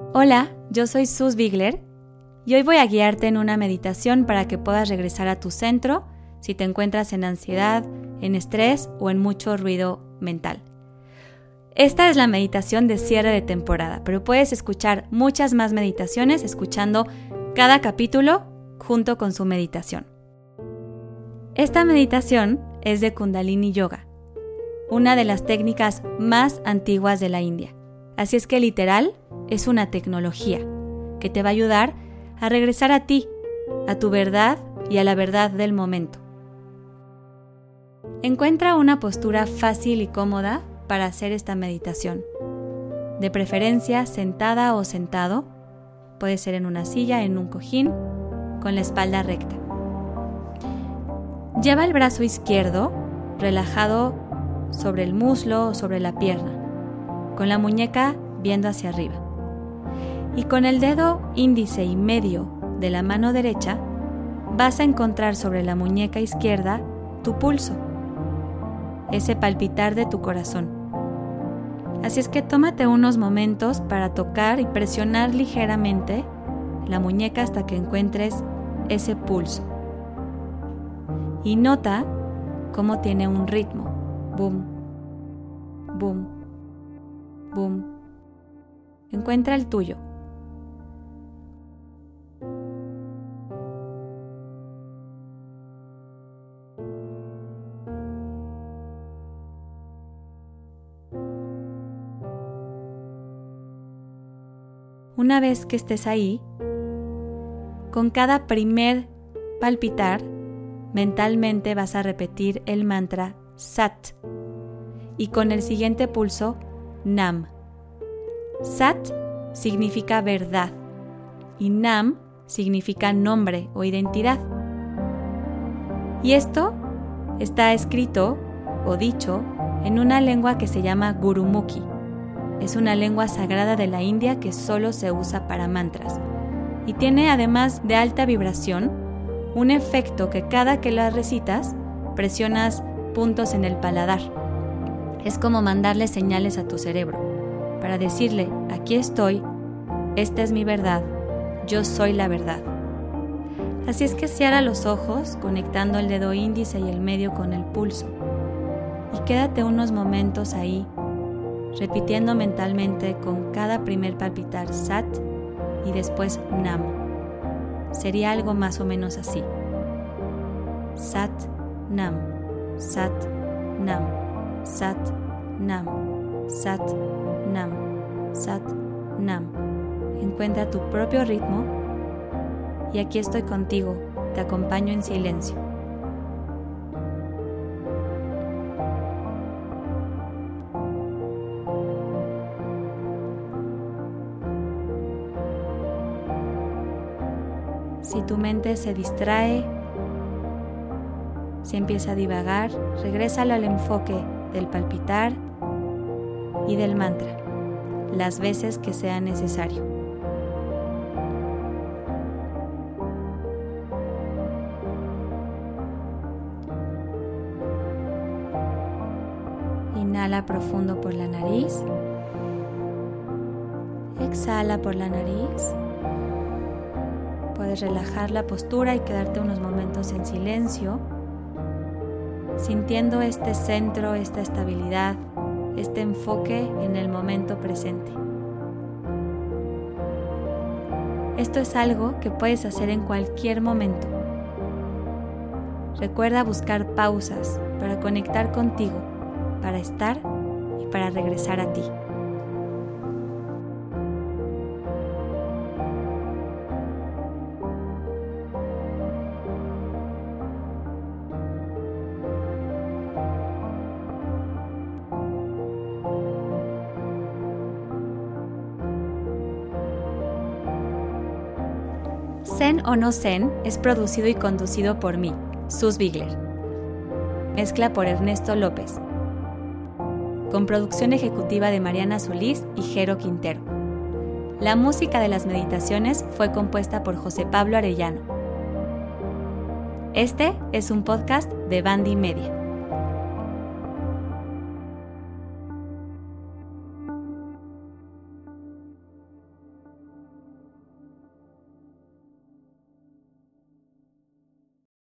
Hola, yo soy Sus Bigler y hoy voy a guiarte en una meditación para que puedas regresar a tu centro si te encuentras en ansiedad, en estrés o en mucho ruido mental. Esta es la meditación de cierre de temporada, pero puedes escuchar muchas más meditaciones escuchando cada capítulo junto con su meditación. Esta meditación es de Kundalini Yoga, una de las técnicas más antiguas de la India. Así es que literal es una tecnología que te va a ayudar a regresar a ti, a tu verdad y a la verdad del momento. Encuentra una postura fácil y cómoda para hacer esta meditación. De preferencia sentada o sentado, puede ser en una silla, en un cojín, con la espalda recta. Lleva el brazo izquierdo relajado sobre el muslo o sobre la pierna, con la muñeca viendo hacia arriba. Y con el dedo índice y medio de la mano derecha, vas a encontrar sobre la muñeca izquierda tu pulso, ese palpitar de tu corazón. Así es que tómate unos momentos para tocar y presionar ligeramente la muñeca hasta que encuentres ese pulso. Y nota cómo tiene un ritmo. Boom, boom, boom. Encuentra el tuyo. Una vez que estés ahí, con cada primer palpitar, mentalmente vas a repetir el mantra Sat y con el siguiente pulso Nam. Sat significa verdad y Nam significa nombre o identidad. Y esto está escrito o dicho en una lengua que se llama Gurumukhi. Es una lengua sagrada de la India que solo se usa para mantras y tiene, además de alta vibración, un efecto que cada que la recitas presionas puntos en el paladar. Es como mandarle señales a tu cerebro para decirle: aquí estoy, esta es mi verdad, yo soy la verdad. Así es que cierra los ojos conectando el dedo índice y el medio con el pulso y quédate unos momentos ahí repitiendo mentalmente con cada primer palpitar Sat y después Nam. Sería algo más o menos así. Sat, Nam, Sat, Nam, Sat, Nam, Sat, Nam, Sat, Nam. Encuentra tu propio ritmo y aquí estoy contigo, te acompaño en silencio. Si tu mente se distrae, si empieza a divagar, regrésalo al enfoque del palpitar y del mantra, las veces que sea necesario. Inhala profundo por la nariz. Exhala por la nariz. Puedes relajar la postura y quedarte unos momentos en silencio, sintiendo este centro, esta estabilidad, este enfoque en el momento presente. Esto es algo que puedes hacer en cualquier momento. Recuerda buscar pausas para conectar contigo, para estar y para regresar a ti. Zen o no Zen es producido y conducido por mí, Sus Bigler. Mezcla por Ernesto López. Con producción ejecutiva de Mariana Solís y Jero Quintero. La música de las meditaciones fue compuesta por José Pablo Arellano. Este es un podcast de Bandi Media.